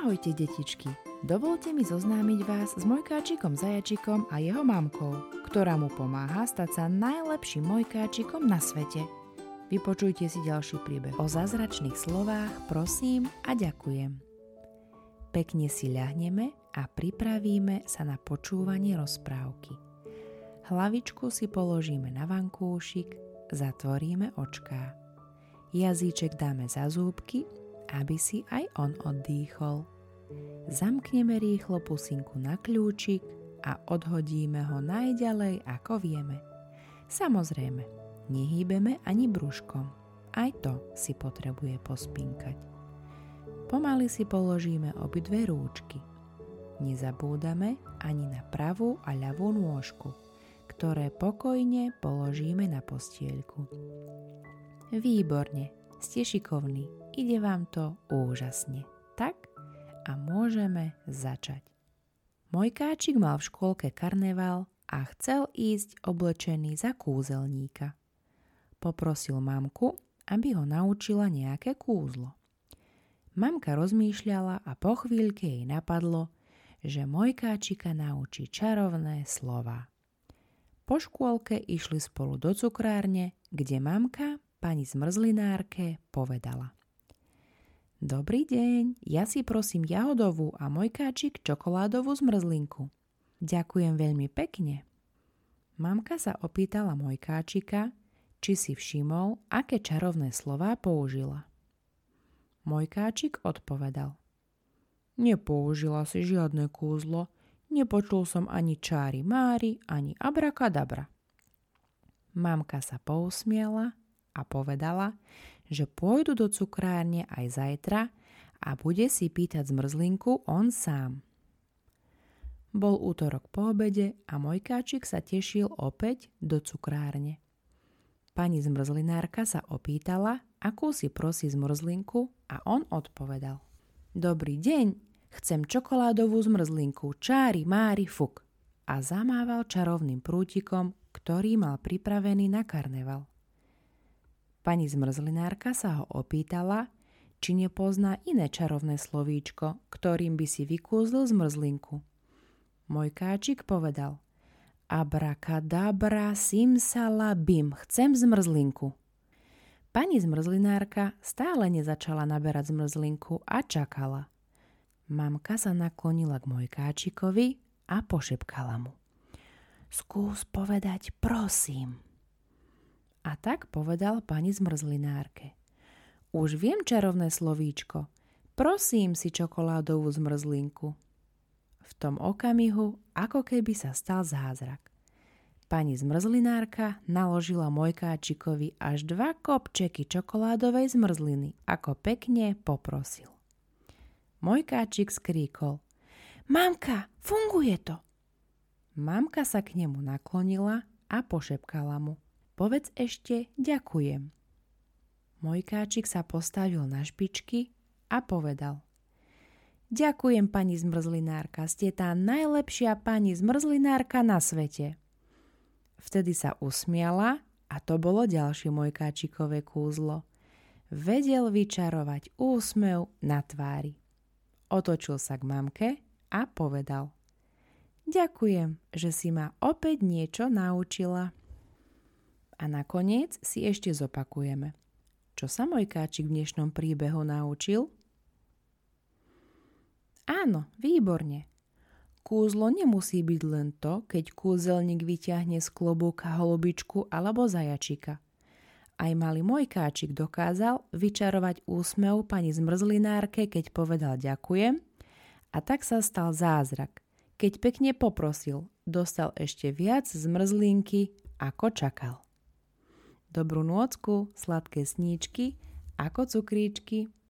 Ahojte detičky, dovolte mi zoznámiť vás s mojkáčikom Zajačikom a jeho mamkou, ktorá mu pomáha stať sa najlepším mojkáčikom na svete. Vypočujte si ďalší príbeh o zázračných slovách, prosím a ďakujem. Pekne si ľahneme a pripravíme sa na počúvanie rozprávky. Hlavičku si položíme na vankúšik, zatvoríme očká. Jazyček dáme za zúbky, aby si aj on oddýchol. Zamkneme rýchlo pusinku na kľúčik a odhodíme ho najďalej, ako vieme. Samozrejme, nehýbeme ani brúškom. Aj to si potrebuje pospinkať. Pomaly si položíme obidve rúčky. Nezabúdame ani na pravú a ľavú nôžku, ktoré pokojne položíme na postieľku. Výborne, ste šikovní. Ide vám to úžasne. Tak a môžeme začať. Mojkáčik mal v škôlke karneval a chcel ísť oblečený za kúzelníka. Poprosil mamku, aby ho naučila nejaké kúzlo. Mamka rozmýšľala a po chvíľke jej napadlo, že Mojkáčika naučí čarovné slová. Po škôlke išli spolu do cukrárne, kde mamka pani zmrzlinárke povedala: Dobrý deň, ja si prosím jahodovú a Mojkáčik čokoládovú zmrzlinku. Ďakujem veľmi pekne. Mamka sa opýtala Mojkáčika, či si všimol, aké čarovné slová použila. Mojkáčik odpovedal: Nepoužila si žiadne kúzlo, nepočul som ani čári mári, ani abrakadabra. Mamka sa pousmiela a povedala, že pôjdu do cukrárne aj zajtra a bude si pýtať zmrzlinku on sám. Bol útorok po obede a Mojkáčik sa tešil opäť do cukrárne. Pani zmrzlinárka sa opýtala, akú si prosí zmrzlinku a on odpovedal: Dobrý deň, chcem čokoládovú zmrzlinku, čári mári fuk. A zamával čarovným prútikom, ktorý mal pripravený na karneval. Pani zmrzlinárka sa ho opýtala, či nepozná iné čarovné slovíčko, ktorým by si vykúzlil zmrzlinku. Mojkáčik povedal: Abrakadabra, simsalabim, chcem zmrzlinku. Pani zmrzlinárka stále nezačala naberať zmrzlinku a čakala. Mamka sa naklonila k Mojkáčikovi a pošepkala mu: Skús povedať prosím. A tak povedal pani zmrzlinárke: Už viem čarovné slovíčko. Prosím si čokoládovú zmrzlinku. V tom okamihu, ako keby sa stal zázrak. Pani zmrzlinárka naložila Mojkáčikovi až 2 kopčeky čokoládovej zmrzliny, ako pekne poprosil. Mojkáčik skríkol: Mamka, funguje to! Mamka sa k nemu naklonila a pošepkala mu: Povedz ešte ďakujem. Mojkáčik sa postavil na špičky a povedal: Ďakujem, pani zmrzlinárka, ste tá najlepšia pani zmrzlinárka na svete. Vtedy sa usmiala a to bolo ďalšie Mojkáčikové kúzlo. Vedel vyčarovať úsmev na tvári. Otočil sa k mamke a povedal: Ďakujem, že si ma opäť niečo naučila. A nakoniec si ešte zopakujeme. Čo sa Mojkáčik v dnešnom príbehu naučil? Áno, výborne. Kúzlo nemusí byť len to, keď kúzelník vyťahne z klobúka holubičku alebo zajačika. Aj malý Mojkáčik dokázal vyčarovať úsmev pani zmrzlinárke, keď povedal ďakujem, a tak sa stal zázrak. Keď pekne poprosil, dostal ešte viac zmrzlinky, ako čakal. Dobrú nôcku, sladké sníčky, ako cukríčky.